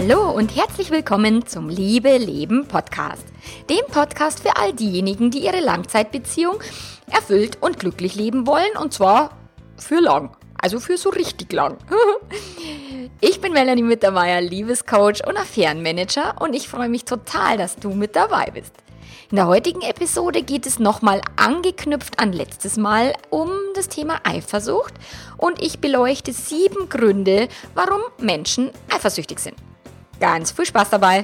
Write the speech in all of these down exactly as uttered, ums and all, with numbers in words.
Hallo und herzlich willkommen zum Liebe Leben Podcast. Dem Podcast für all diejenigen, die ihre Langzeitbeziehung erfüllt und glücklich leben wollen, und zwar für lang, also für so richtig lang. Ich bin Melanie Mittermeier, Liebescoach und Affärenmanager, und ich freue mich total, dass du mit dabei bist. In der heutigen Episode geht es nochmal angeknüpft an letztes Mal um das Thema Eifersucht, und ich beleuchte sieben Gründe, warum Menschen eifersüchtig sind. Ganz viel Spaß dabei!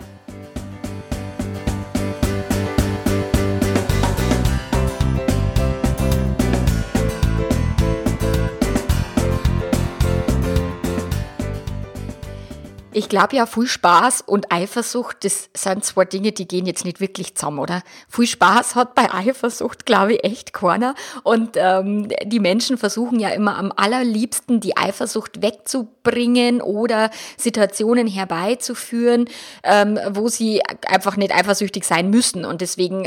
Ich glaube ja, viel Spaß und Eifersucht, das sind zwar Dinge, die gehen jetzt nicht wirklich zusammen, oder? Viel Spaß hat bei Eifersucht, glaube ich, echt keiner. Und ähm, die Menschen versuchen ja immer am allerliebsten, die Eifersucht wegzubringen oder Situationen herbeizuführen, ähm, wo sie einfach nicht eifersüchtig sein müssen. Und deswegen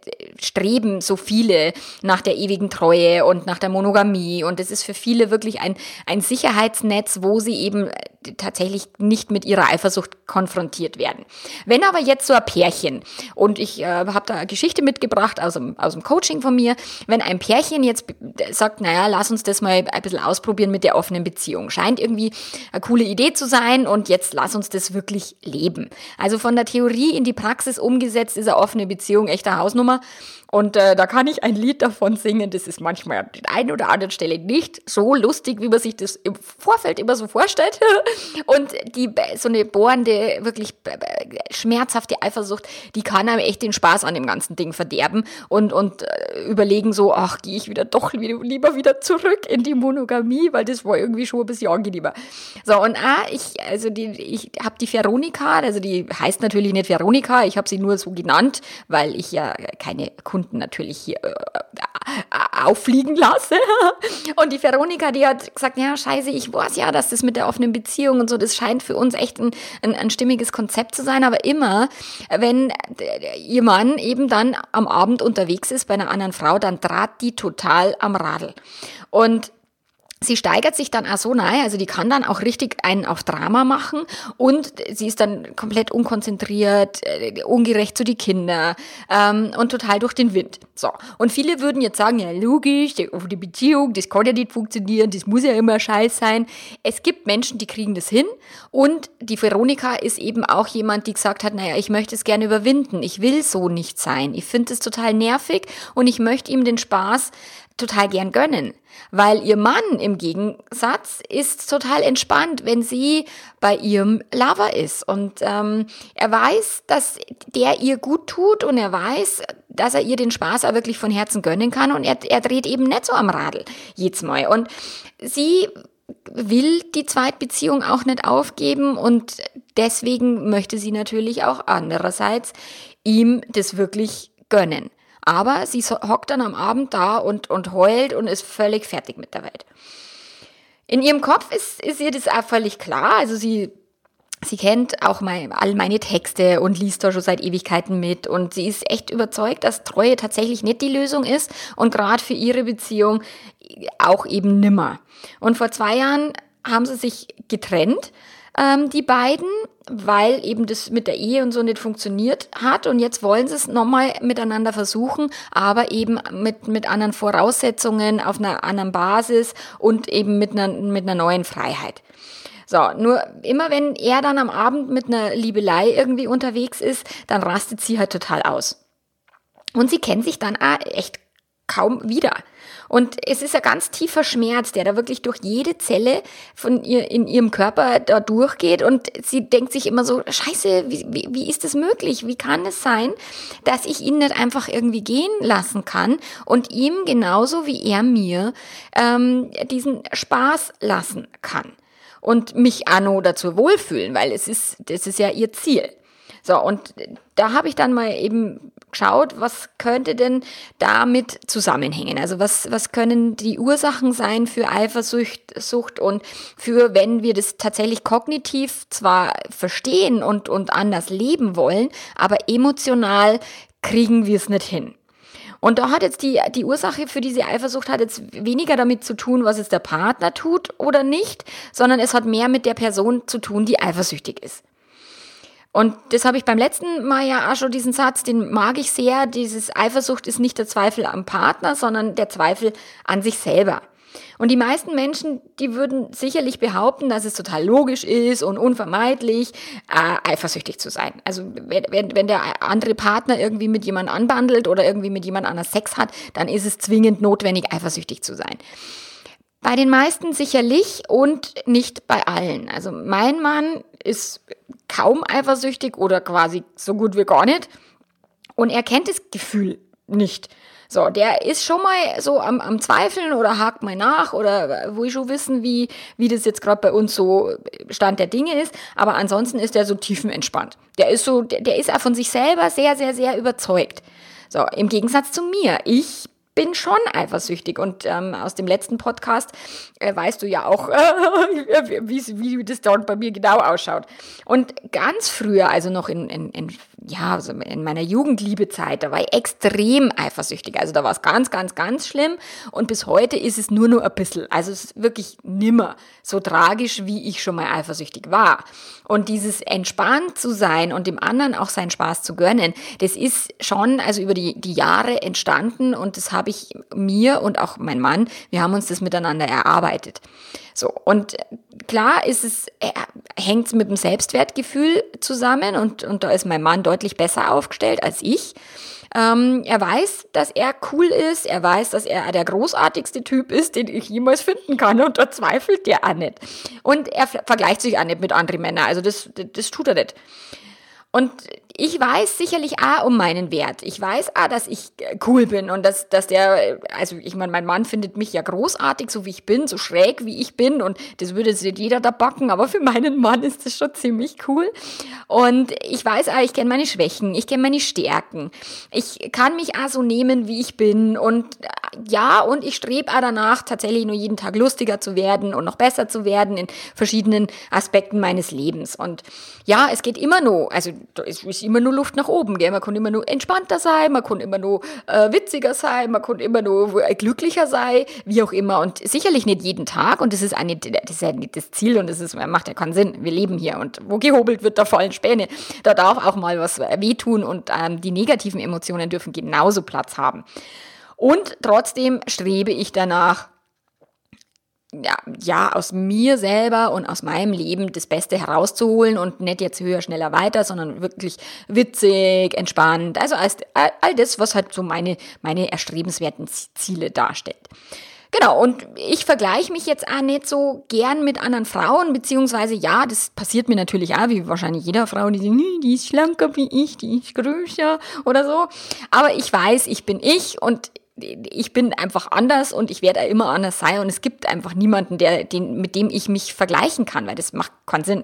streben so viele nach der ewigen Treue und nach der Monogamie. Und das ist für viele wirklich ein, ein Sicherheitsnetz, wo sie eben tatsächlich nicht mit ihrer Eifersucht konfrontiert werden. Wenn aber jetzt so ein Pärchen, und ich äh, habe da eine Geschichte mitgebracht aus dem, aus dem Coaching von mir, wenn ein Pärchen jetzt sagt, naja, lass uns das mal ein bisschen ausprobieren mit der offenen Beziehung. Scheint irgendwie eine coole Idee zu sein, und jetzt lass uns das wirklich leben. Also von der Theorie in die Praxis umgesetzt ist eine offene Beziehung echt eine Hausnummer. Und äh, da kann ich ein Lied davon singen, das ist manchmal an der einen oder anderen Stelle nicht so lustig, wie man sich das im Vorfeld immer so vorstellt. Und die so eine bohrende, wirklich schmerzhafte Eifersucht, die kann einem echt den Spaß an dem ganzen Ding verderben und und äh, überlegen so, ach, gehe ich wieder doch wieder, lieber wieder zurück in die Monogamie, weil das war irgendwie schon ein bisschen angenehmer. So, und ah, ich, also die, ich habe die Veronika, also die heißt natürlich nicht Veronika, ich habe sie nur so genannt, weil ich ja keine Kunden natürlich hier äh, auffliegen lasse. Und die Veronika, die hat gesagt, ja, scheiße, ich weiß ja, dass das mit der offenen Beziehung und so, das scheint für uns echt ein, ein, ein stimmiges Konzept zu sein, aber immer, wenn ihr Mann eben dann am Abend unterwegs ist bei einer anderen Frau, dann draht die total am Radl. Und sie steigert sich dann auch so nahe, also die kann dann auch richtig einen auf Drama machen, und sie ist dann komplett unkonzentriert, äh, ungerecht zu den Kindern ähm, und total durch den Wind. So, und viele würden jetzt sagen, ja logisch, die offene Beziehung, das kann ja nicht funktionieren, das muss ja immer scheiß sein. Es gibt Menschen, die kriegen das hin, und die Veronika ist eben auch jemand, die gesagt hat, naja, ich möchte es gerne überwinden, ich will so nicht sein, ich finde es total nervig und ich möchte ihm den Spaß total gern gönnen. Weil ihr Mann im Gegensatz ist total entspannt, wenn sie bei ihrem Lover ist. Und ähm, er weiß, dass der ihr gut tut, und er weiß, dass er ihr den Spaß auch wirklich von Herzen gönnen kann, und er, er dreht eben nicht so am Radl jedes Mal. Und sie will die Zweitbeziehung auch nicht aufgeben, und deswegen möchte sie natürlich auch andererseits ihm das wirklich gönnen. Aber sie hockt dann am Abend da und, und heult und ist völlig fertig mit der Welt. In ihrem Kopf ist, ist ihr das auch völlig klar. Also sie, sie kennt auch mein, all meine Texte und liest da schon seit Ewigkeiten mit. Und sie ist echt überzeugt, dass Treue tatsächlich nicht die Lösung ist, und gerade für ihre Beziehung auch eben nimmer. Und vor zwei Jahren haben sie sich getrennt, ähm, die beiden, weil eben das mit der Ehe und so nicht funktioniert hat, und jetzt wollen sie es nochmal miteinander versuchen, aber eben mit mit anderen Voraussetzungen, auf einer anderen Basis und eben mit einer mit einer neuen Freiheit. So, nur immer wenn er dann am Abend mit einer Liebelei irgendwie unterwegs ist, dann rastet sie halt total aus. Und sie kennt sich dann auch echt kaum wieder. Und es ist ein ganz tiefer Schmerz, der da wirklich durch jede Zelle von ihr in ihrem Körper da durchgeht, und sie denkt sich immer so, scheiße, wie, wie, wie ist das möglich? Wie kann es sein, dass ich ihn nicht einfach irgendwie gehen lassen kann und ihm genauso wie er mir ähm, diesen Spaß lassen kann und mich auch noch dazu wohlfühlen, weil es ist, das ist ja ihr Ziel. So, und da habe ich dann mal eben geschaut, was könnte denn damit zusammenhängen? Also was, was können die Ursachen sein für Eifersucht Sucht und für, wenn wir das tatsächlich kognitiv zwar verstehen und, und anders leben wollen, aber emotional kriegen wir es nicht hin. Und da hat jetzt die, die Ursache für diese Eifersucht hat jetzt weniger damit zu tun, was es der Partner tut oder nicht, sondern es hat mehr mit der Person zu tun, die eifersüchtig ist. Und das habe ich beim letzten Mal ja auch schon, diesen Satz, den mag ich sehr. Dieses Eifersucht ist nicht der Zweifel am Partner, sondern der Zweifel an sich selber. Und die meisten Menschen, die würden sicherlich behaupten, dass es total logisch ist und unvermeidlich, äh, eifersüchtig zu sein. Also wenn, wenn der andere Partner irgendwie mit jemandem anbandelt oder irgendwie mit jemand anders Sex hat, dann ist es zwingend notwendig, eifersüchtig zu sein. Bei den meisten sicherlich und nicht bei allen. Also mein Mann ist kaum eifersüchtig oder quasi so gut wie gar nicht. Und er kennt das Gefühl nicht. So, der ist schon mal so am, am Zweifeln oder hakt mal nach oder will schon wissen, wie, wie das jetzt gerade bei uns so Stand der Dinge ist. Aber ansonsten ist der so tiefenentspannt. Der ist so, der, der ist auch von sich selber sehr, sehr, sehr überzeugt. So, im Gegensatz zu mir. Ich bin schon eifersüchtig und ähm, aus dem letzten Podcast äh, weißt du ja auch, äh, wie, wie das dort bei mir genau ausschaut. Und ganz früher, also noch in, in, in, ja, also in meiner Jugendliebezeit, da war ich extrem eifersüchtig. Also da war es ganz, ganz, ganz schlimm und bis heute ist es nur noch ein bisschen. Also es ist wirklich nimmer so tragisch, wie ich schon mal eifersüchtig war. Und dieses entspannt zu sein und dem anderen auch seinen Spaß zu gönnen, das ist schon also über die, die Jahre entstanden und das habe ich mir und auch mein Mann, wir haben uns das miteinander erarbeitet. So, und klar ist es, hängt es mit dem Selbstwertgefühl zusammen und, und da ist mein Mann deutlich besser aufgestellt als ich. Ähm, er weiß, dass er cool ist, er weiß, dass er der großartigste Typ ist, den ich jemals finden kann und da zweifelt der auch nicht. Und er vergleicht sich auch nicht mit anderen Männern, also das, das tut er nicht. Und ich weiß sicherlich auch um meinen Wert. Ich weiß auch, dass ich cool bin und dass, dass der, also ich meine, mein Mann findet mich ja großartig, so wie ich bin, so schräg wie ich bin und das würde jetzt nicht jeder da backen, aber für meinen Mann ist das schon ziemlich cool. Und ich weiß auch, ich kenne meine Schwächen, ich kenne meine Stärken. Ich kann mich auch so nehmen, wie ich bin und ja, und ich strebe auch danach, tatsächlich nur jeden Tag lustiger zu werden und noch besser zu werden in verschiedenen Aspekten meines Lebens. Und ja, es geht immer noch, also da ist, ist immer nur Luft nach oben, gell? Man kann immer nur entspannter sein, man kann immer nur äh, witziger sein, man kann immer nur glücklicher sein, wie auch immer und sicherlich nicht jeden Tag und das ist, eine, das ist ja nicht das Ziel und das ist, macht ja keinen Sinn, wir leben hier und wo gehobelt wird, da fallen Späne, da darf auch mal was wehtun und ähm, die negativen Emotionen dürfen genauso Platz haben und trotzdem strebe ich danach, Ja, ja, aus mir selber und aus meinem Leben das Beste herauszuholen und nicht jetzt höher, schneller, weiter, sondern wirklich witzig, entspannt. Also all, all das, was halt so meine, meine erstrebenswerten Ziele darstellt. Genau, und ich vergleiche mich jetzt auch nicht so gern mit anderen Frauen, beziehungsweise ja, das passiert mir natürlich auch, wie wahrscheinlich jeder Frau, die sagt, nee, die ist schlanker wie ich, die ist größer oder so. Aber ich weiß, ich bin ich und ich bin einfach anders und ich werde immer anders sein und es gibt einfach niemanden, der, den, mit dem ich mich vergleichen kann, weil das macht keinen Sinn.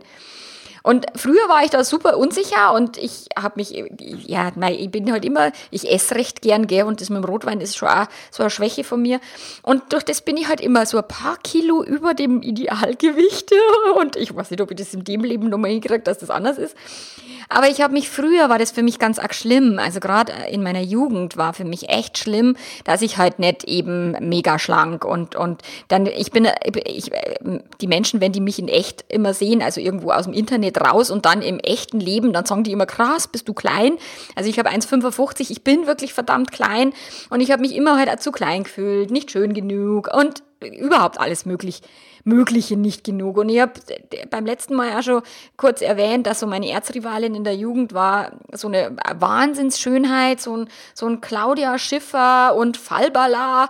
Und früher war ich da super unsicher und ich habe mich, ja, nein, ich bin halt immer, ich esse recht gern, gell, und das mit dem Rotwein ist schon auch so eine Schwäche von mir. Und durch das bin ich halt immer so ein paar Kilo über dem Idealgewicht und ich weiß nicht, ob ich das in dem Leben nochmal hinkriege, dass das anders ist. Aber ich habe mich, früher war das für mich ganz arg schlimm, also gerade in meiner Jugend war für mich echt schlimm, dass ich halt nicht eben mega schlank und und dann, ich bin, ich, die Menschen, wenn die mich in echt immer sehen, also irgendwo aus dem Internet raus und dann im echten Leben, dann sagen die immer, krass, bist du klein? Also ich habe eins Komma fünfundfünfzig, ich bin wirklich verdammt klein und ich habe mich immer halt auch zu klein gefühlt, nicht schön genug und überhaupt alles möglich, Mögliche nicht genug. Und ich habe beim letzten Mal auch schon kurz erwähnt, dass so meine Erzrivalin in der Jugend war so eine Wahnsinnsschönheit, so ein, so ein Claudia Schiffer und Falbala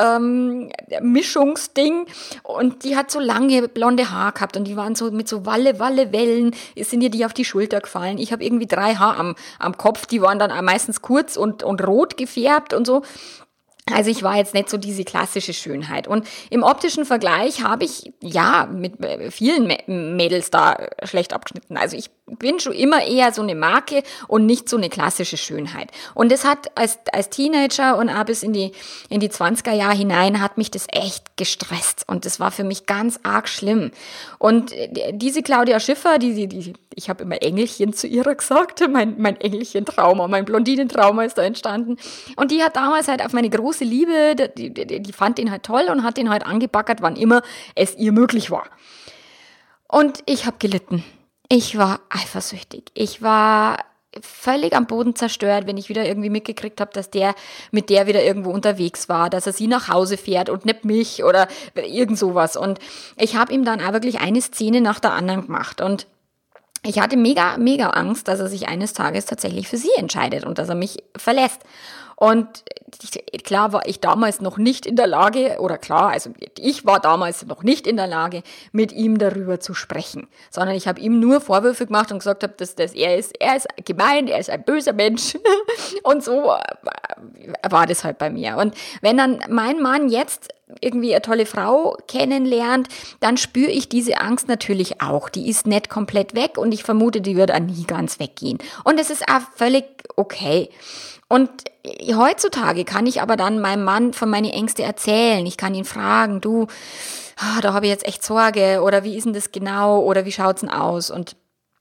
ähm, Mischungsding. Und die hat so lange blonde Haare gehabt und die waren so mit so Walle-Walle-Wellen, sind ihr die auf die Schulter gefallen. Ich habe irgendwie drei Haare am, am Kopf, die waren dann meistens kurz und, und rot gefärbt und so. Also ich war jetzt nicht so diese klassische Schönheit. Und im optischen Vergleich habe ich, ja, mit vielen Mädels da schlecht abgeschnitten. Also ich bin schon immer eher so eine Marke und nicht so eine klassische Schönheit. Und das hat als, als Teenager und auch bis in die, in die zwanziger Jahre hinein hat mich das echt gestresst. Und das war für mich ganz arg schlimm. Und diese Claudia Schiffer, die, die, ich habe immer Engelchen zu ihrer gesagt, mein, mein Engelchen-Trauma, mein Blondinentrauma ist da entstanden. Und die hat damals halt auf meine große Liebe, die, die, die fand ihn halt toll und hat ihn halt angebaggert, wann immer es ihr möglich war. Und ich habe gelitten. Ich war eifersüchtig. Ich war völlig am Boden zerstört, wenn ich wieder irgendwie mitgekriegt habe, dass der mit der wieder irgendwo unterwegs war, dass er sie nach Hause fährt und nicht mich oder irgend sowas. Und ich habe ihm dann auch wirklich eine Szene nach der anderen gemacht. Und ich hatte mega, mega Angst, dass er sich eines Tages tatsächlich für sie entscheidet und dass er mich verlässt. Und klar war ich damals noch nicht in der Lage, oder klar, also ich war damals noch nicht in der Lage, mit ihm darüber zu sprechen, sondern ich habe ihm nur Vorwürfe gemacht und gesagt habe, dass, dass er ist, er ist gemein, er ist ein böser Mensch und so war das halt bei mir. Und wenn dann mein Mann jetzt irgendwie eine tolle Frau kennenlernt, dann spüre ich diese Angst natürlich auch. Die ist nicht komplett weg und ich vermute, die wird auch nie ganz weggehen. Und es ist auch völlig okay. Und heutzutage kann ich aber dann meinem Mann von meinen Ängsten erzählen. Ich kann ihn fragen, du, da habe ich jetzt echt Sorge oder wie ist denn das genau oder wie schaut's denn aus? Und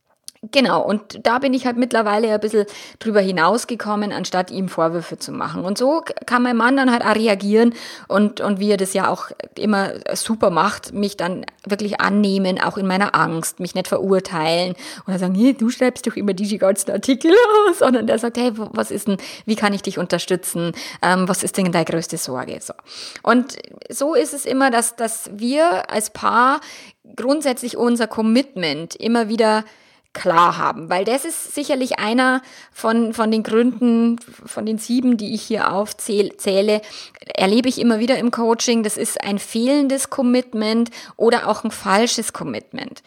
genau, und da bin ich halt mittlerweile ein bisschen drüber hinausgekommen, anstatt ihm Vorwürfe zu machen. Und so kann mein Mann dann halt auch reagieren und, und wie er das ja auch immer super macht, mich dann wirklich annehmen, auch in meiner Angst, mich nicht verurteilen oder sagen, hey, du schreibst doch immer diese ganzen Artikel, sondern der sagt, hey, was ist denn, wie kann ich dich unterstützen, ähm, was ist denn deine größte Sorge? So. Und so ist es immer, dass, dass wir als Paar grundsätzlich unser Commitment immer wieder klar haben, weil das ist sicherlich einer von, von den Gründen, von den sieben, die ich hier aufzähle, erlebe ich immer wieder im Coaching, das ist ein fehlendes Commitment oder auch ein falsches Commitment.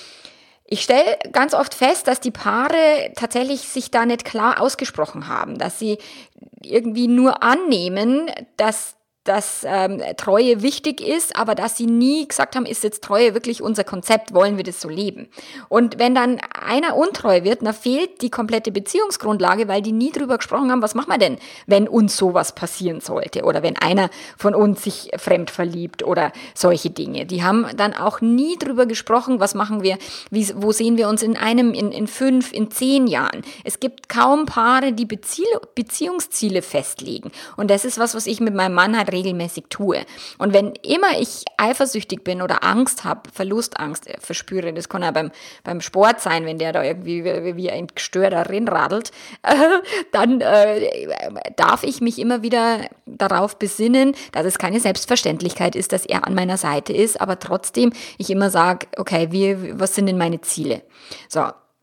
Ich stelle ganz oft fest, dass die Paare tatsächlich sich da nicht klar ausgesprochen haben, dass sie irgendwie nur annehmen, dass dass ähm, Treue wichtig ist, aber dass sie nie gesagt haben, ist jetzt Treue wirklich unser Konzept, wollen wir das so leben? Und wenn dann einer untreu wird, dann fehlt die komplette Beziehungsgrundlage, weil die nie drüber gesprochen haben, was machen wir denn, wenn uns sowas passieren sollte oder wenn einer von uns sich fremd verliebt oder solche Dinge. Die haben dann auch nie drüber gesprochen, was machen wir, wie, wo sehen wir uns in einem, in, in fünf, in zehn Jahren. Es gibt kaum Paare, die Bezie- Beziehungsziele festlegen. Und das ist was, was ich mit meinem Mann halt regelmäßig tue. Und wenn immer ich eifersüchtig bin oder Angst habe, Verlustangst verspüre, das kann auch beim, beim Sport sein, wenn der da irgendwie wie, wie ein Gestörter rinradelt, äh, dann äh, darf ich mich immer wieder darauf besinnen, dass es keine Selbstverständlichkeit ist, dass er an meiner Seite ist, aber trotzdem ich immer sage, okay, wie, was sind denn meine Ziele? So.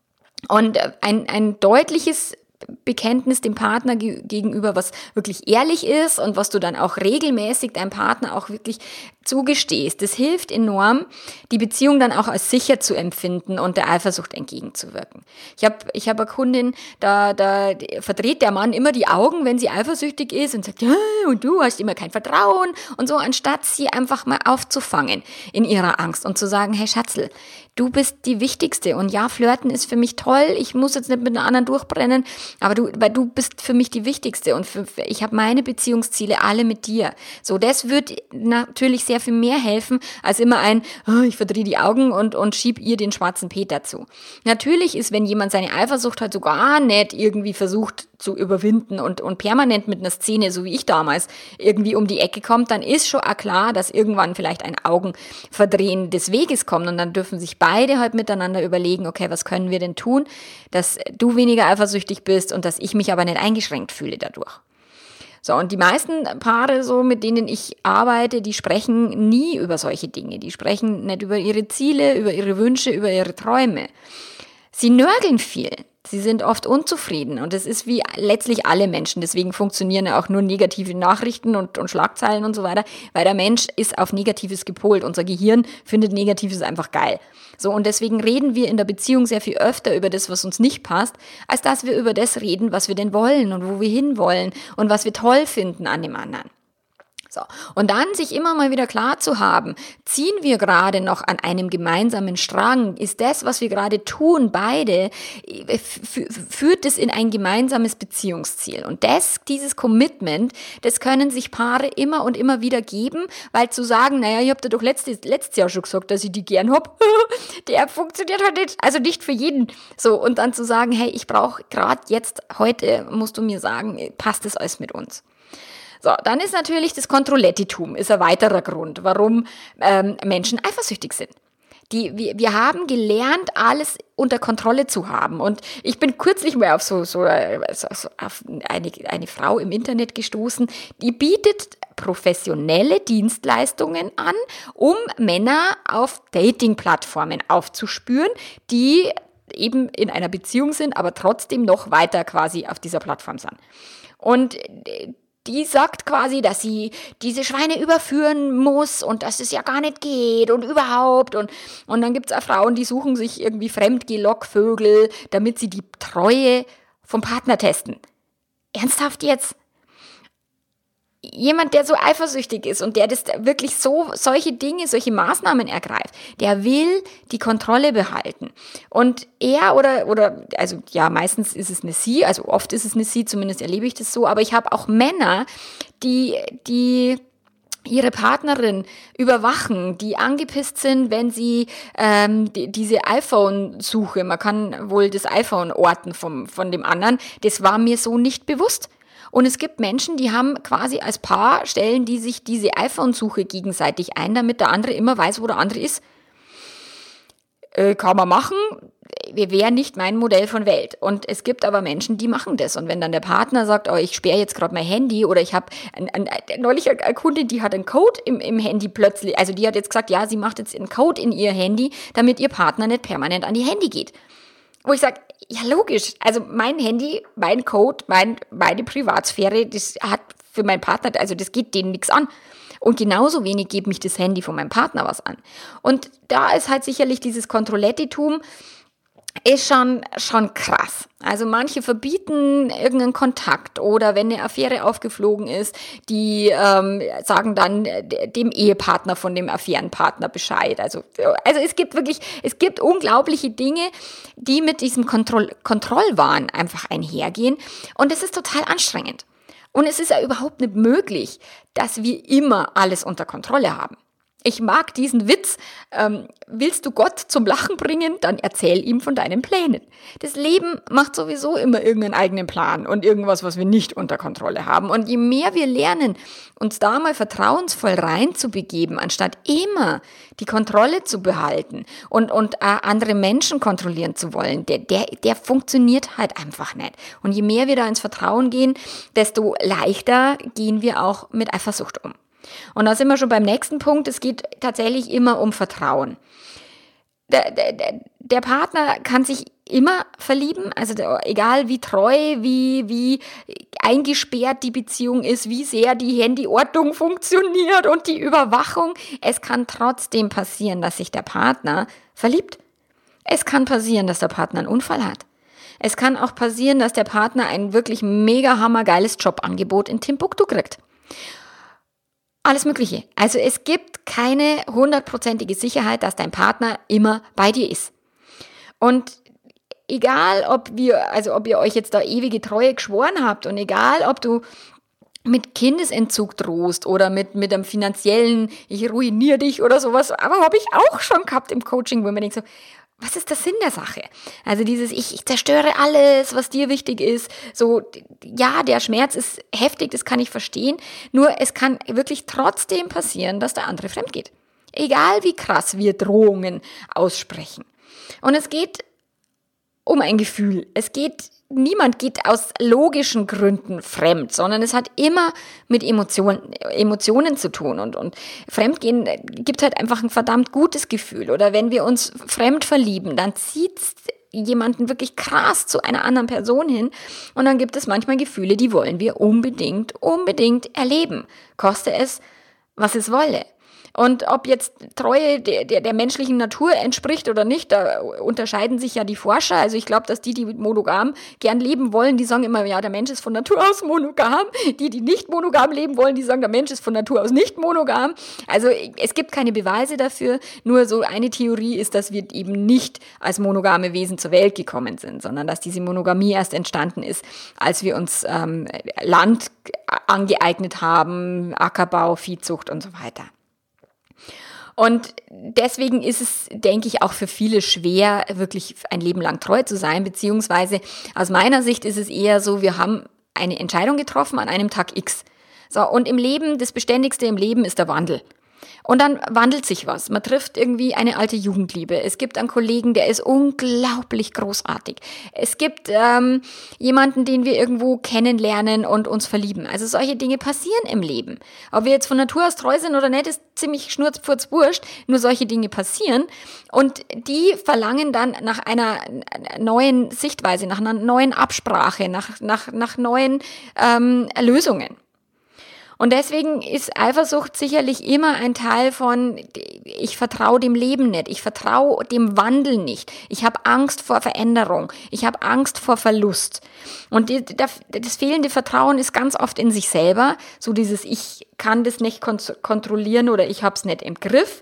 Und ein, ein deutliches Bekenntnis dem Partner ge- gegenüber, was wirklich ehrlich ist und was du dann auch regelmäßig deinem Partner auch wirklich zugestehst. Das hilft enorm, die Beziehung dann auch als sicher zu empfinden und der Eifersucht entgegenzuwirken. Ich habe ich hab eine Kundin, da, da verdreht der Mann immer die Augen, wenn sie eifersüchtig ist und sagt, ja, und du hast immer kein Vertrauen und so, anstatt sie einfach mal aufzufangen in ihrer Angst und zu sagen, hey Schatzl, du bist die Wichtigste und ja, Flirten ist für mich toll, ich muss jetzt nicht mit einer anderen durchbrennen, aber du, weil du bist für mich die Wichtigste und für, ich habe meine Beziehungsziele alle mit dir. So, das wird natürlich sehr viel mehr helfen, als immer ein, oh, ich verdrehe die Augen und, und schieb ihr den schwarzen Peter zu. Natürlich ist, wenn jemand seine Eifersucht hat, sogar nicht irgendwie versucht zu überwinden und, und permanent mit einer Szene, so wie ich damals, irgendwie um die Ecke kommt, dann ist schon auch klar, dass irgendwann vielleicht ein Augenverdrehen des Weges kommt und dann dürfen sich beide halt miteinander überlegen, okay, was können wir denn tun, dass du weniger eifersüchtig bist und dass ich mich aber nicht eingeschränkt fühle dadurch. So, und die meisten Paare, so mit denen ich arbeite, die sprechen nie über solche Dinge. Die sprechen nicht über ihre Ziele, über ihre Wünsche, über ihre Träume. Sie nörgeln viel. Sie sind oft unzufrieden und es ist wie letztlich alle Menschen. Deswegen funktionieren ja auch nur negative Nachrichten und, und Schlagzeilen und so weiter, weil der Mensch ist auf Negatives gepolt. Unser Gehirn findet Negatives einfach geil. So, und deswegen reden wir in der Beziehung sehr viel öfter über das, was uns nicht passt, als dass wir über das reden, was wir denn wollen und wo wir hinwollen und was wir toll finden an dem anderen. So. Und dann sich immer mal wieder klar zu haben, ziehen wir gerade noch an einem gemeinsamen Strang? Ist das, was wir gerade tun, beide, f- führt es in ein gemeinsames Beziehungsziel? Und das, dieses Commitment, das können sich Paare immer und immer wieder geben, weil zu sagen, naja, ich hab dir doch letztes, letztes Jahr schon gesagt, dass ich die gern hab, der funktioniert halt nicht, also nicht für jeden. So, und dann zu sagen, hey, ich brauche gerade jetzt, heute musst du mir sagen, passt das alles mit uns? So, dann ist natürlich das Kontrollettitum, ist ein weiterer Grund, warum ähm, Menschen eifersüchtig sind. Die, wir, wir haben gelernt, alles unter Kontrolle zu haben. Und ich bin kürzlich mal auf so, so, so, so auf eine, eine Frau im Internet gestoßen, die bietet professionelle Dienstleistungen an, um Männer auf Dating-Plattformen aufzuspüren, die eben in einer Beziehung sind, aber trotzdem noch weiter quasi auf dieser Plattform sind. Und die sagt quasi, dass sie diese Schweine überführen muss und dass es ja gar nicht geht und überhaupt. Und, und dann gibt es auch Frauen, die suchen sich irgendwie Fremdgeh-Lockvögel, damit sie die Treue vom Partner testen. Ernsthaft jetzt? Jemand, der so eifersüchtig ist und der das wirklich so, solche Dinge, solche Maßnahmen ergreift, der will die Kontrolle behalten. Und er oder, oder, also ja, meistens ist es eine Sie, also oft ist es eine Sie, zumindest erlebe ich das so, aber ich habe auch Männer, die, die ihre Partnerin überwachen, die angepisst sind, wenn sie ähm, die, diese iPhone-Suche, man kann wohl das iPhone orten vom, von dem anderen, das war mir so nicht bewusst. Und es gibt Menschen, die haben quasi als Paar, stellen die sich diese iPhone-Suche gegenseitig ein, damit der andere immer weiß, wo der andere ist. Äh, kann man machen, wäre nicht mein Modell von Welt. Und es gibt aber Menschen, die machen das. Und wenn dann der Partner sagt, oh, ich sperre jetzt gerade mein Handy oder ich habe ein, ein, ein, neulich eine Kundin, die hat einen Code im, im Handy plötzlich, also die hat jetzt gesagt, ja, sie macht jetzt einen Code in ihr Handy, damit ihr Partner nicht permanent an die Handy geht. Wo ich sage, ja logisch, also mein Handy, mein Code, mein, meine Privatsphäre, das hat für meinen Partner, also das geht denen nichts an. Und genauso wenig geht mich das Handy von meinem Partner was an. Und da ist halt sicherlich dieses Kontrollettitum, ist schon, schon krass. Also manche verbieten irgendeinen Kontakt oder wenn eine Affäre aufgeflogen ist, die ähm, sagen dann dem Ehepartner von dem Affärenpartner Bescheid. Also, also es gibt wirklich, es gibt unglaubliche Dinge, die mit diesem Kontroll- Kontrollwahn einfach einhergehen und es ist total anstrengend. Und es ist ja überhaupt nicht möglich, dass wir immer alles unter Kontrolle haben. Ich mag diesen Witz, ähm, willst du Gott zum Lachen bringen, dann erzähl ihm von deinen Plänen. Das Leben macht sowieso immer irgendeinen eigenen Plan und irgendwas, was wir nicht unter Kontrolle haben. Und je mehr wir lernen, uns da mal vertrauensvoll reinzubegeben, anstatt immer die Kontrolle zu behalten und, und äh, andere Menschen kontrollieren zu wollen, der, der, der funktioniert halt einfach nicht. Und je mehr wir da ins Vertrauen gehen, desto leichter gehen wir auch mit Eifersucht um. Und da sind wir schon beim nächsten Punkt. Es geht tatsächlich immer um Vertrauen. Der, der, der Partner kann sich immer verlieben, also der, egal wie treu, wie, wie eingesperrt die Beziehung ist, wie sehr die Handyortung funktioniert und die Überwachung. Es kann trotzdem passieren, dass sich der Partner verliebt. Es kann passieren, dass der Partner einen Unfall hat. Es kann auch passieren, dass der Partner ein wirklich mega hammergeiles Jobangebot in Timbuktu kriegt. Alles Mögliche. Also es gibt keine hundertprozentige Sicherheit, dass dein Partner immer bei dir ist. Und egal, ob wir, also ob ihr euch jetzt da ewige Treue geschworen habt und egal, ob du mit Kindesentzug drohst oder mit, mit einem finanziellen, ich ruiniere dich oder sowas, aber habe ich auch schon gehabt im Coaching, wo man denkt so, was ist der Sinn der Sache? Also dieses, ich, ich zerstöre alles, was dir wichtig ist. So, ja, der Schmerz ist heftig, das kann ich verstehen. Nur es kann wirklich trotzdem passieren, dass der andere fremd geht. Egal wie krass wir Drohungen aussprechen. Und es geht um ein Gefühl. Es geht, niemand geht aus logischen Gründen fremd, sondern es hat immer mit Emotionen, Emotionen zu tun. Und, und Fremdgehen gibt halt einfach ein verdammt gutes Gefühl. Oder wenn wir uns fremd verlieben, dann zieht jemanden wirklich krass zu einer anderen Person hin. Und dann gibt es manchmal Gefühle, die wollen wir unbedingt, unbedingt erleben. Koste es, was es wolle. Und ob jetzt Treue der, der, der menschlichen Natur entspricht oder nicht, da unterscheiden sich ja die Forscher. Also ich glaube, dass die, die monogam gern leben wollen, die sagen immer, ja, der Mensch ist von Natur aus monogam. Die, die nicht monogam leben wollen, die sagen, der Mensch ist von Natur aus nicht monogam. Also es gibt keine Beweise dafür. Nur so eine Theorie ist, dass wir eben nicht als monogame Wesen zur Welt gekommen sind, sondern dass diese Monogamie erst entstanden ist, als wir uns ähm, Land angeeignet haben, Ackerbau, Viehzucht und so weiter. Und deswegen ist es, denke ich, auch für viele schwer, wirklich ein Leben lang treu zu sein, beziehungsweise aus meiner Sicht ist es eher so, wir haben eine Entscheidung getroffen an einem Tag X. So, und im Leben, das Beständigste im Leben ist der Wandel. Und dann wandelt sich was. Man trifft irgendwie eine alte Jugendliebe. Es gibt einen Kollegen, der ist unglaublich großartig. Es gibt ähm, jemanden, den wir irgendwo kennenlernen und uns verlieben. Also solche Dinge passieren im Leben. Ob wir jetzt von Natur aus treu sind oder nicht, ist ziemlich schnurzpurzwurscht. Nur solche Dinge passieren. Und die verlangen dann nach einer neuen Sichtweise, nach einer neuen Absprache, nach, nach, nach neuen ähm, Lösungen. Und deswegen ist Eifersucht sicherlich immer ein Teil von, ich vertraue dem Leben nicht, ich vertraue dem Wandel nicht, ich habe Angst vor Veränderung, ich habe Angst vor Verlust. Und die, das fehlende Vertrauen ist ganz oft in sich selber, so dieses ich kann das nicht kontrollieren oder ich habe es nicht im Griff.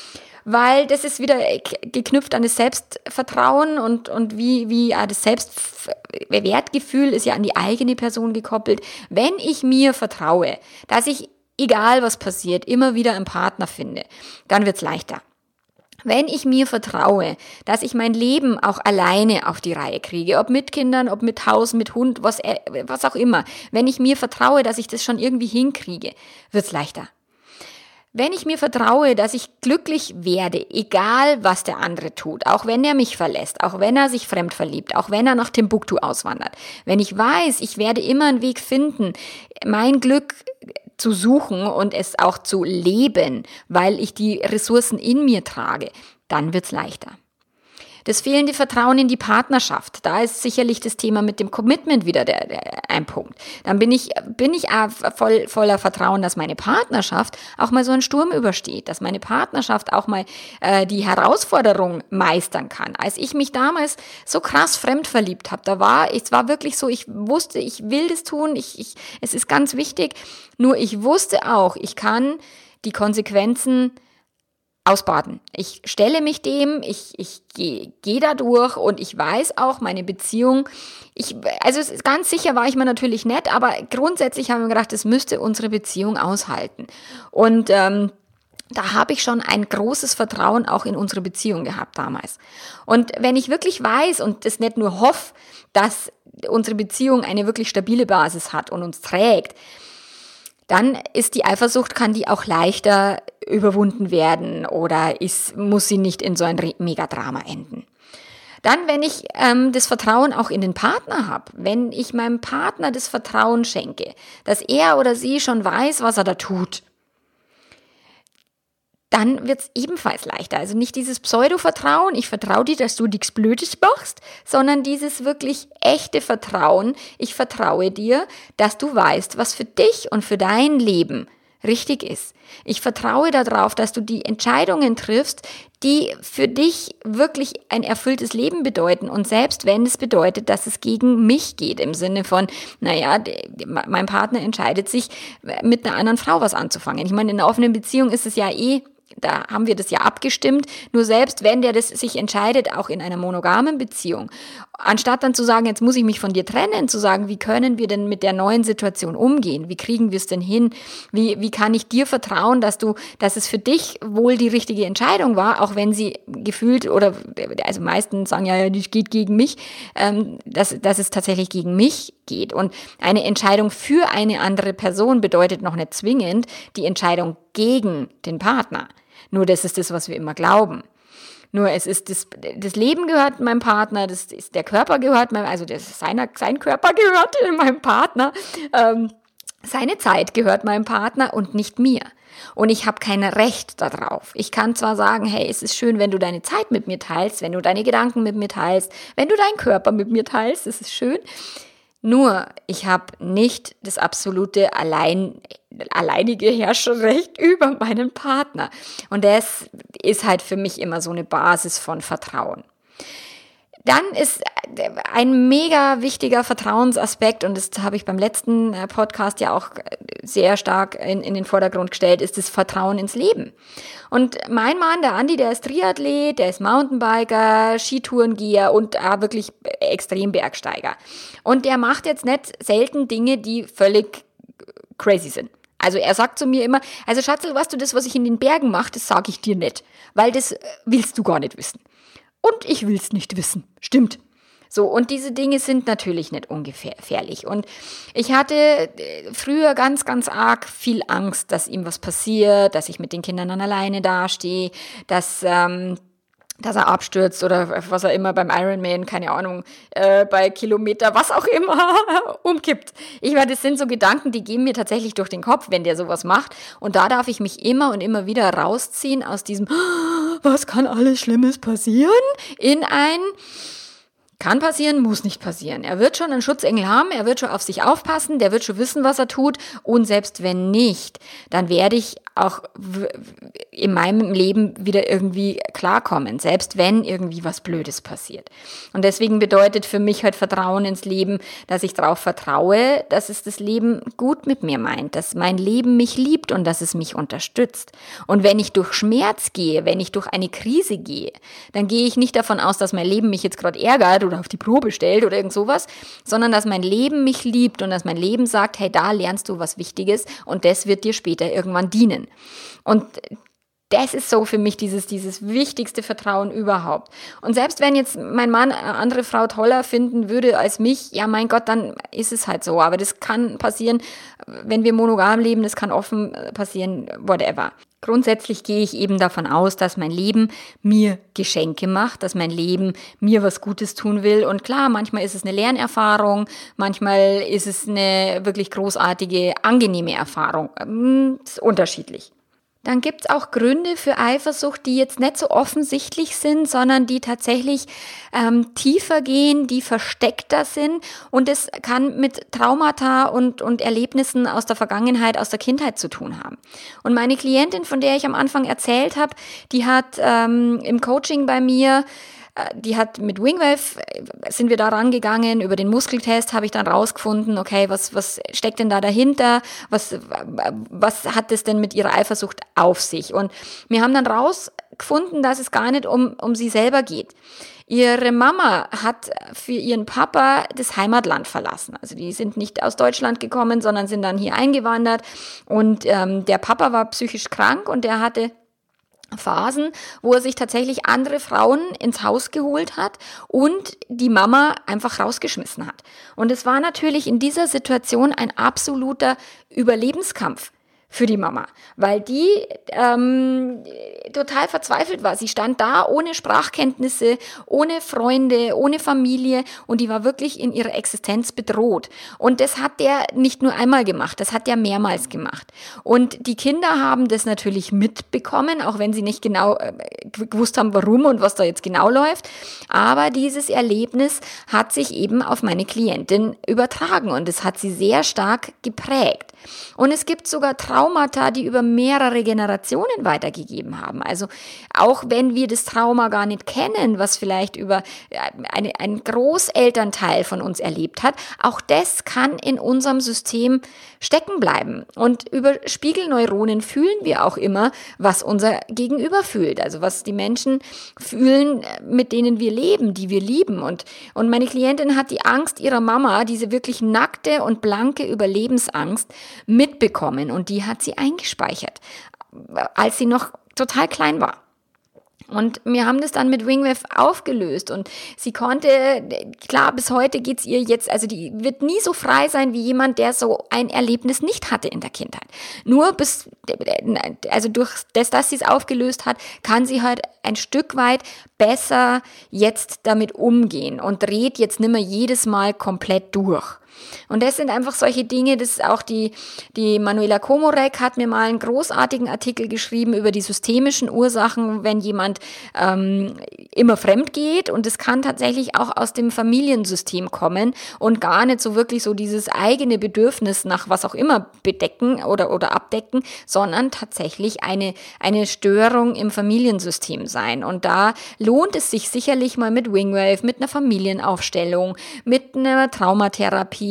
Weil das ist wieder geknüpft an das Selbstvertrauen und, und wie, wie ja, das Selbstwertgefühl ist ja an die eigene Person gekoppelt. Wenn ich mir vertraue, dass ich, egal was passiert, immer wieder einen Partner finde, dann wird's leichter. Wenn ich mir vertraue, dass ich mein Leben auch alleine auf die Reihe kriege, ob mit Kindern, ob mit Haus, mit Hund, was, was auch immer, wenn ich mir vertraue, dass ich das schon irgendwie hinkriege, wird's leichter. Wenn ich mir vertraue, dass ich glücklich werde, egal was der andere tut, auch wenn er mich verlässt, auch wenn er sich fremd verliebt, auch wenn er nach Timbuktu auswandert, wenn ich weiß, ich werde immer einen Weg finden, mein Glück zu suchen und es auch zu leben, weil ich die Ressourcen in mir trage, dann wird's leichter. Das fehlende Vertrauen in die Partnerschaft, da ist sicherlich das Thema mit dem Commitment wieder der, der, ein Punkt. Dann bin ich, bin ich auch voll, voller Vertrauen, dass meine Partnerschaft auch mal so einen Sturm übersteht, dass meine Partnerschaft auch mal äh, die Herausforderung meistern kann. Als ich mich damals so krass fremd verliebt habe, da war, es war wirklich so, ich wusste, ich will das tun, ich, ich, es ist ganz wichtig, nur ich wusste auch, ich kann die Konsequenzen ausbaden. Ich stelle mich dem, ich, ich gehe geh da durch und ich weiß auch, meine Beziehung, ich, also ganz sicher war ich mir natürlich nicht, aber grundsätzlich haben wir gedacht, es müsste unsere Beziehung aushalten. Und ähm, da habe ich schon ein großes Vertrauen auch in unsere Beziehung gehabt damals. Und wenn ich wirklich weiß und das nicht nur hoffe, dass unsere Beziehung eine wirklich stabile Basis hat und uns trägt, dann ist die Eifersucht, kann die auch leichter überwunden werden oder ist, muss sie nicht in so ein Megadrama enden. Dann, wenn ich ähm, das Vertrauen auch in den Partner habe, wenn ich meinem Partner das Vertrauen schenke, dass er oder sie schon weiß, was er da tut, dann wird's ebenfalls leichter. Also nicht dieses Pseudo-Vertrauen, ich vertraue dir, dass du nichts Blödes machst, sondern dieses wirklich echte Vertrauen, ich vertraue dir, dass du weißt, was für dich und für dein Leben richtig ist. Ich vertraue darauf, dass du die Entscheidungen triffst, die für dich wirklich ein erfülltes Leben bedeuten. Und selbst wenn es bedeutet, dass es gegen mich geht, im Sinne von, naja, mein Partner entscheidet sich, mit einer anderen Frau was anzufangen. Ich meine, in einer offenen Beziehung ist es ja eh, da haben wir das ja abgestimmt, nur selbst wenn der das sich entscheidet, auch in einer monogamen Beziehung, anstatt dann zu sagen, jetzt muss ich mich von dir trennen, zu sagen, wie können wir denn mit der neuen Situation umgehen? Wie kriegen wir es denn hin? Wie, wie kann ich dir vertrauen, dass du, dass es für dich wohl die richtige Entscheidung war, auch wenn sie gefühlt oder, also meistens sagen ja, das geht gegen mich, ähm, dass, dass es tatsächlich gegen mich geht. Und eine Entscheidung für eine andere Person bedeutet noch nicht zwingend die Entscheidung gegen den Partner. Nur das ist das, was wir immer glauben. Nur es ist das, das Leben gehört meinem Partner, das ist, der Körper gehört meinem, also das, seiner, sein Körper gehört meinem Partner, ähm, seine Zeit gehört meinem Partner und nicht mir. Und ich habe kein Recht darauf. Ich kann zwar sagen, hey, es ist schön, wenn du deine Zeit mit mir teilst, wenn du deine Gedanken mit mir teilst, wenn du deinen Körper mit mir teilst, das ist schön. Nur, ich habe nicht das absolute allein, alleinige Herrscherrecht über meinen Partner. Und das ist halt für mich immer so eine Basis von Vertrauen. Dann ist ein mega wichtiger Vertrauensaspekt, und das habe ich beim letzten Podcast ja auch sehr stark in, in den Vordergrund gestellt, ist das Vertrauen ins Leben. Und mein Mann, der Andi, der ist Triathlet, der ist Mountainbiker, Skitourengeher und äh, wirklich Extrembergsteiger. Und der macht jetzt nicht selten Dinge, die völlig crazy sind. Also er sagt zu mir immer, also Schatzel, weißt du, das, was ich in den Bergen mache, das sage ich dir nicht, weil das willst du gar nicht wissen. Und ich will's nicht wissen. Stimmt. So, und diese Dinge sind natürlich nicht ungefährlich. Und ich hatte früher ganz, ganz arg viel Angst, dass ihm was passiert, dass ich mit den Kindern dann alleine dastehe, dass, ähm, dass er abstürzt oder was er immer beim Ironman, keine Ahnung, äh, bei Kilometer, was auch immer, umkippt. Ich meine, das sind so Gedanken, die gehen mir tatsächlich durch den Kopf, wenn der sowas macht. Und da darf ich mich immer und immer wieder rausziehen aus diesem, was kann alles Schlimmes passieren, in ein... Kann passieren, muss nicht passieren. Er wird schon einen Schutzengel haben, er wird schon auf sich aufpassen, der wird schon wissen, was er tut. Und selbst wenn nicht, dann werde ich auch in meinem Leben wieder irgendwie klarkommen, selbst wenn irgendwie was Blödes passiert. Und deswegen bedeutet für mich halt Vertrauen ins Leben, dass ich darauf vertraue, dass es das Leben gut mit mir meint, dass mein Leben mich liebt und dass es mich unterstützt. Und wenn ich durch Schmerz gehe, wenn ich durch eine Krise gehe, dann gehe ich nicht davon aus, dass mein Leben mich jetzt gerade ärgert oder auf die Probe stellt oder irgend sowas, sondern dass mein Leben mich liebt und dass mein Leben sagt, hey, da lernst du was Wichtiges und das wird dir später irgendwann dienen. Und das ist so für mich dieses, dieses wichtigste Vertrauen überhaupt. Und selbst wenn jetzt mein Mann eine andere Frau toller finden würde als mich, ja mein Gott, dann ist es halt so. Aber das kann passieren, wenn wir monogam leben, das kann offen passieren, whatever. Grundsätzlich gehe ich eben davon aus, dass mein Leben mir Geschenke macht, dass mein Leben mir was Gutes tun will. Und klar, manchmal ist es eine Lernerfahrung, manchmal ist es eine wirklich großartige, angenehme Erfahrung. Das ist unterschiedlich. Dann gibt's auch Gründe für Eifersucht, die jetzt nicht so offensichtlich sind, sondern die tatsächlich ähm, tiefer gehen, die versteckter sind. Und es kann mit Traumata und, und Erlebnissen aus der Vergangenheit, aus der Kindheit zu tun haben. Und meine Klientin, von der ich am Anfang erzählt habe, die hat ähm, im Coaching bei mir, die hat mit Wingwave, sind wir da rangegangen, über den Muskeltest habe ich dann rausgefunden, okay, was, was steckt denn da dahinter, was, was hat es denn mit ihrer Eifersucht auf sich? Und wir haben dann rausgefunden, dass es gar nicht um, um sie selber geht. Ihre Mama hat für ihren Papa das Heimatland verlassen. Also die sind nicht aus Deutschland gekommen, sondern sind dann hier eingewandert. Und ähm, der Papa war psychisch krank und der hatte Phasen, wo er sich tatsächlich andere Frauen ins Haus geholt hat und die Mama einfach rausgeschmissen hat. Und es war natürlich in dieser Situation ein absoluter Überlebenskampf für die Mama, weil die ähm, total verzweifelt war. Sie stand da ohne Sprachkenntnisse, ohne Freunde, ohne Familie und die war wirklich in ihrer Existenz bedroht. Und das hat der nicht nur einmal gemacht, das hat der mehrmals gemacht. Und die Kinder haben das natürlich mitbekommen, auch wenn sie nicht genau äh, gewusst haben, warum und was da jetzt genau läuft. Aber dieses Erlebnis hat sich eben auf meine Klientin übertragen und es hat sie sehr stark geprägt. Und es gibt sogar Traumata, die über mehrere Generationen weitergegeben haben. Also auch wenn wir das Trauma gar nicht kennen, was vielleicht über eine, ein Großelternteil von uns erlebt hat, auch das kann in unserem System stecken bleiben. Und über Spiegelneuronen fühlen wir auch immer, was unser Gegenüber fühlt. Also was die Menschen fühlen, mit denen wir leben, die wir lieben. Und, und meine Klientin hat die Angst ihrer Mama, diese wirklich nackte und blanke Überlebensangst, mitbekommen und die hat sie eingespeichert, als sie noch total klein war. Und wir haben das dann mit Wingwave aufgelöst und sie konnte, klar, bis heute geht's ihr jetzt, also die wird nie so frei sein wie jemand, der so ein Erlebnis nicht hatte in der Kindheit. Nur bis, also durch das, dass sie es aufgelöst hat, kann sie halt ein Stück weit besser jetzt damit umgehen und dreht jetzt nicht mehr jedes Mal komplett durch. Und das sind einfach solche Dinge, das auch die, die Manuela Komorek hat mir mal einen großartigen Artikel geschrieben über die systemischen Ursachen, wenn jemand ähm, immer fremd geht und es kann tatsächlich auch aus dem Familiensystem kommen und gar nicht so wirklich so dieses eigene Bedürfnis nach was auch immer bedecken oder, oder abdecken, sondern tatsächlich eine, eine Störung im Familiensystem sein. Und da lohnt es sich sicherlich mal mit Wingwave, mit einer Familienaufstellung, mit einer Traumatherapie,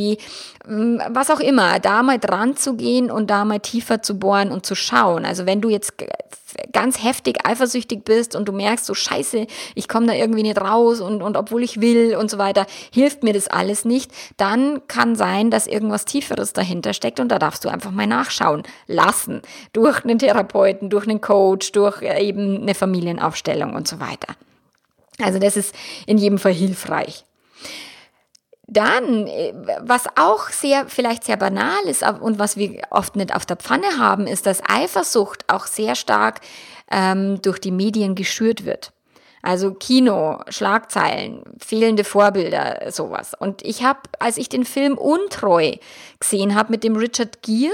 was auch immer, da mal dran zu gehen und da mal tiefer zu bohren und zu schauen. Also wenn du jetzt ganz heftig eifersüchtig bist und du merkst so, scheiße, ich komme da irgendwie nicht raus und, und obwohl ich will und so weiter, hilft mir das alles nicht, dann kann sein, dass irgendwas Tieferes dahinter steckt und da darfst du einfach mal nachschauen lassen. Durch einen Therapeuten, durch einen Coach, durch eben eine Familienaufstellung und so weiter. Also das ist in jedem Fall hilfreich. Dann, was auch sehr, vielleicht sehr banal ist und was wir oft nicht auf der Pfanne haben, ist, dass Eifersucht auch sehr stark ähm, durch die Medien geschürt wird. Also Kino, Schlagzeilen, fehlende Vorbilder, sowas. Und ich habe, als ich den Film Untreu gesehen habe mit dem Richard Gere,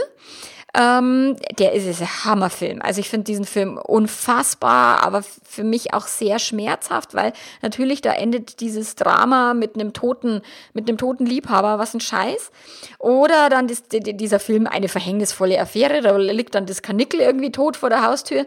Ähm, der ist, ist ein Hammerfilm. Also ich finde diesen Film unfassbar, aber für mich auch sehr schmerzhaft, weil natürlich da endet dieses Drama mit einem toten, mit einem toten Liebhaber, was ein Scheiß. Oder dann das, dieser Film Eine verhängnisvolle Affäre, da liegt dann das Karnickel irgendwie tot vor der Haustür.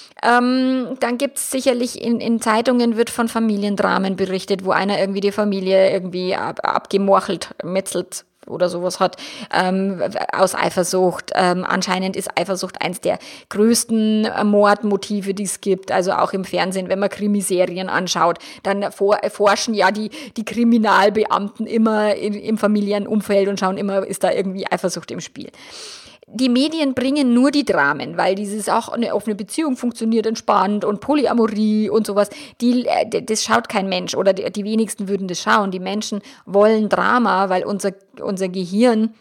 Ähm, dann gibt's sicherlich in, in Zeitungen wird von Familiendramen berichtet, wo einer irgendwie die Familie irgendwie ab, abgemorchelt, metzelt oder sowas hat, ähm, aus Eifersucht. Ähm, anscheinend ist Eifersucht eins der größten Mordmotive, die es gibt. Also auch im Fernsehen, wenn man Krimiserien anschaut, dann for- forschen ja die, die Kriminalbeamten immer in, im Familienumfeld und schauen immer, ist da irgendwie Eifersucht im Spiel. Die Medien bringen nur die Dramen, weil dieses auch eine offene Beziehung funktioniert entspannt und Polyamorie und sowas, die, das schaut kein Mensch oder die, die wenigsten würden das schauen. Die Menschen wollen Drama, weil unser, unser Gehirn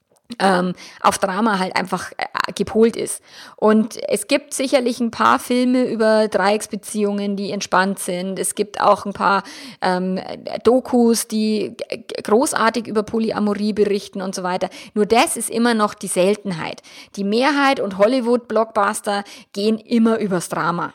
ähm, auf Drama halt einfach äh, gepolt ist. Und es gibt sicherlich ein paar Filme über Dreiecksbeziehungen, die entspannt sind. Es gibt auch ein paar ähm, Dokus, die großartig über Polyamorie berichten und so weiter. Nur das ist immer noch die Seltenheit. Die Mehrheit und Hollywood-Blockbuster gehen immer übers Drama.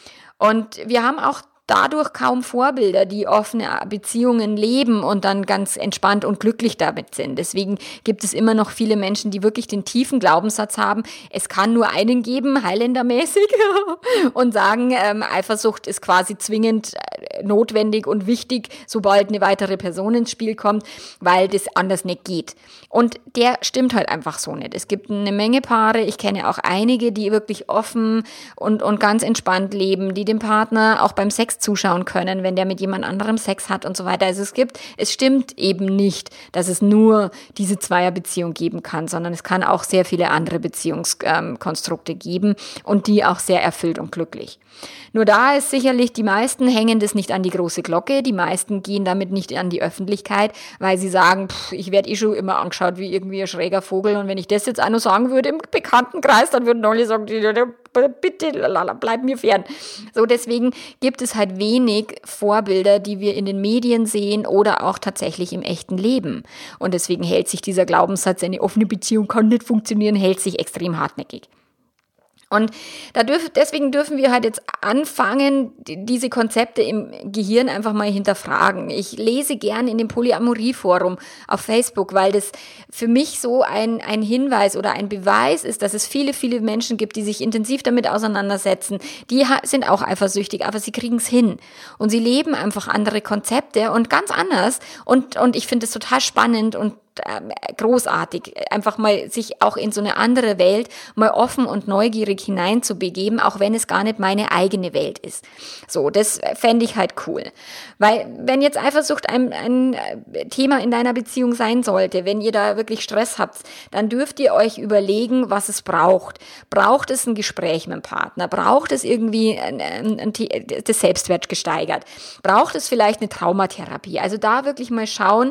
Und wir haben auch dadurch kaum Vorbilder, die offene Beziehungen leben und dann ganz entspannt und glücklich damit sind. Deswegen gibt es immer noch viele Menschen, die wirklich den tiefen Glaubenssatz haben, es kann nur einen geben, Highlander-mäßig, und sagen, ähm, Eifersucht ist quasi zwingend äh, notwendig und wichtig, sobald eine weitere Person ins Spiel kommt, weil das anders nicht geht. Und der stimmt halt einfach so nicht. Es gibt eine Menge Paare, ich kenne auch einige, die wirklich offen und, und ganz entspannt leben, die dem Partner auch beim Sex zuschauen können, wenn der mit jemand anderem Sex hat und so weiter. Also es gibt, es stimmt eben nicht, dass es nur diese Zweierbeziehung geben kann, sondern es kann auch sehr viele andere Beziehungskonstrukte ähm, geben und die auch sehr erfüllt und glücklich. Nur da ist sicherlich, die meisten hängen das nicht an die große Glocke, die meisten gehen damit nicht an die Öffentlichkeit, weil sie sagen, pff, ich werde eh schon immer angeschaut wie irgendwie ein schräger Vogel und wenn ich das jetzt auch noch sagen würde im Bekanntenkreis, dann würden alle sagen, bitte bleib mir fern. So, deswegen gibt es halt wenig Vorbilder, die wir in den Medien sehen oder auch tatsächlich im echten Leben. Und deswegen hält sich dieser Glaubenssatz, eine offene Beziehung kann nicht funktionieren, hält sich extrem hartnäckig. Und da dürf, deswegen dürfen wir halt jetzt anfangen, diese Konzepte im Gehirn einfach mal hinterfragen. Ich lese gern in dem Polyamorie-Forum auf Facebook, weil das für mich so ein, ein Hinweis oder ein Beweis ist, dass es viele, viele Menschen gibt, die sich intensiv damit auseinandersetzen. Die sind auch eifersüchtig, aber sie kriegen es hin. Und sie leben einfach andere Konzepte und ganz anders. Und, und ich finde es total spannend und großartig, einfach mal sich auch in so eine andere Welt mal offen und neugierig hineinzubegeben, auch wenn es gar nicht meine eigene Welt ist. So, das fände ich halt cool. Weil wenn jetzt Eifersucht ein, ein Thema in deiner Beziehung sein sollte, wenn ihr da wirklich Stress habt, dann dürft ihr euch überlegen, was es braucht. Braucht es ein Gespräch mit dem Partner? Braucht es irgendwie ein, ein, ein, das Selbstwert gesteigert? Braucht es vielleicht eine Traumatherapie? Also da wirklich mal schauen,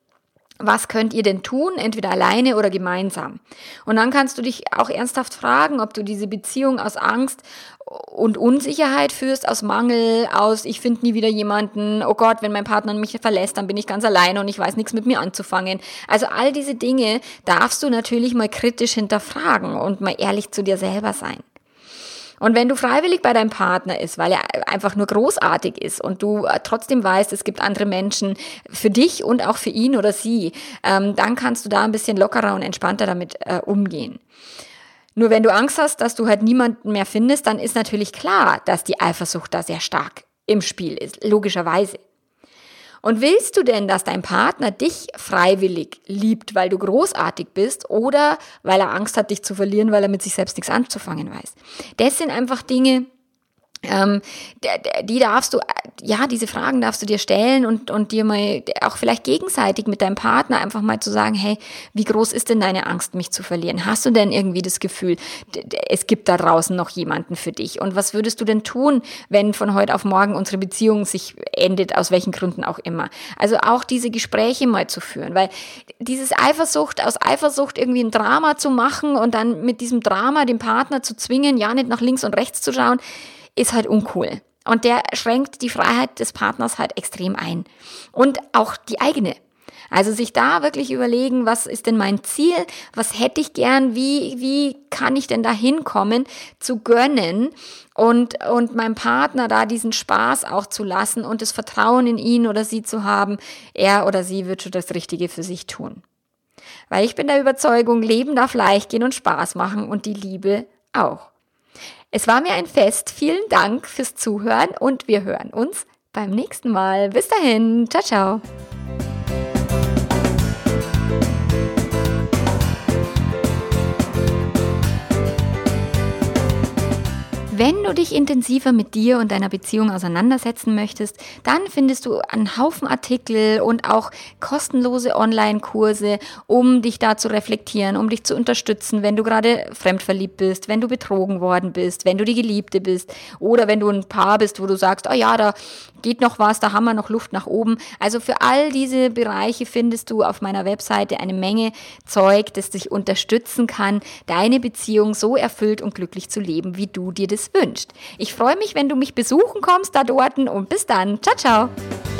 was könnt ihr denn tun, entweder alleine oder gemeinsam? Und dann kannst du dich auch ernsthaft fragen, ob du diese Beziehung aus Angst und Unsicherheit führst, aus Mangel, aus ich finde nie wieder jemanden, oh Gott, wenn mein Partner mich verlässt, dann bin ich ganz alleine und ich weiß nichts mit mir anzufangen. Also all diese Dinge darfst du natürlich mal kritisch hinterfragen und mal ehrlich zu dir selber sein. Und wenn du freiwillig bei deinem Partner ist, weil er einfach nur großartig ist und du trotzdem weißt, es gibt andere Menschen für dich und auch für ihn oder sie, ähm, dann kannst du da ein bisschen lockerer und entspannter damit äh, umgehen. Nur wenn du Angst hast, dass du halt niemanden mehr findest, dann ist natürlich klar, dass die Eifersucht da sehr stark im Spiel ist, logischerweise. Und willst du denn, dass dein Partner dich freiwillig liebt, weil du großartig bist oder weil er Angst hat, dich zu verlieren, weil er mit sich selbst nichts anzufangen weiß? Das sind einfach Dinge, Ähm, die darfst du, ja, diese Fragen darfst du dir stellen und, und dir mal auch vielleicht gegenseitig mit deinem Partner einfach mal zu sagen, hey, wie groß ist denn deine Angst, mich zu verlieren? Hast du denn irgendwie das Gefühl, es gibt da draußen noch jemanden für dich? Und was würdest du denn tun, wenn von heute auf morgen unsere Beziehung sich endet, aus welchen Gründen auch immer? Also auch diese Gespräche mal zu führen, weil dieses Eifersucht, aus Eifersucht irgendwie ein Drama zu machen und dann mit diesem Drama den Partner zu zwingen, ja nicht nach links und rechts zu schauen, ist halt uncool. Und der schränkt die Freiheit des Partners halt extrem ein. Und auch die eigene. Also sich da wirklich überlegen, was ist denn mein Ziel? Was hätte ich gern? Wie, wie kann ich denn da hinkommen? Zu gönnen und, und meinem Partner da diesen Spaß auch zu lassen und das Vertrauen in ihn oder sie zu haben. Er oder sie wird schon das Richtige für sich tun. Weil ich bin der Überzeugung, Leben darf leicht gehen und Spaß machen und die Liebe auch. Es war mir ein Fest. Vielen Dank fürs Zuhören und wir hören uns beim nächsten Mal. Bis dahin. Ciao, ciao. Wenn du dich intensiver mit dir und deiner Beziehung auseinandersetzen möchtest, dann findest du einen Haufen Artikel und auch kostenlose Online-Kurse, um dich da zu reflektieren, um dich zu unterstützen, wenn du gerade fremdverliebt bist, wenn du betrogen worden bist, wenn du die Geliebte bist oder wenn du ein Paar bist, wo du sagst, oh ja, da geht noch was, da haben wir noch Luft nach oben. Also für all diese Bereiche findest du auf meiner Webseite eine Menge Zeug, das dich unterstützen kann, deine Beziehung so erfüllt und glücklich zu leben, wie du dir das wünscht. Ich freue mich, wenn du mich besuchen kommst da dort und bis dann. Ciao, ciao.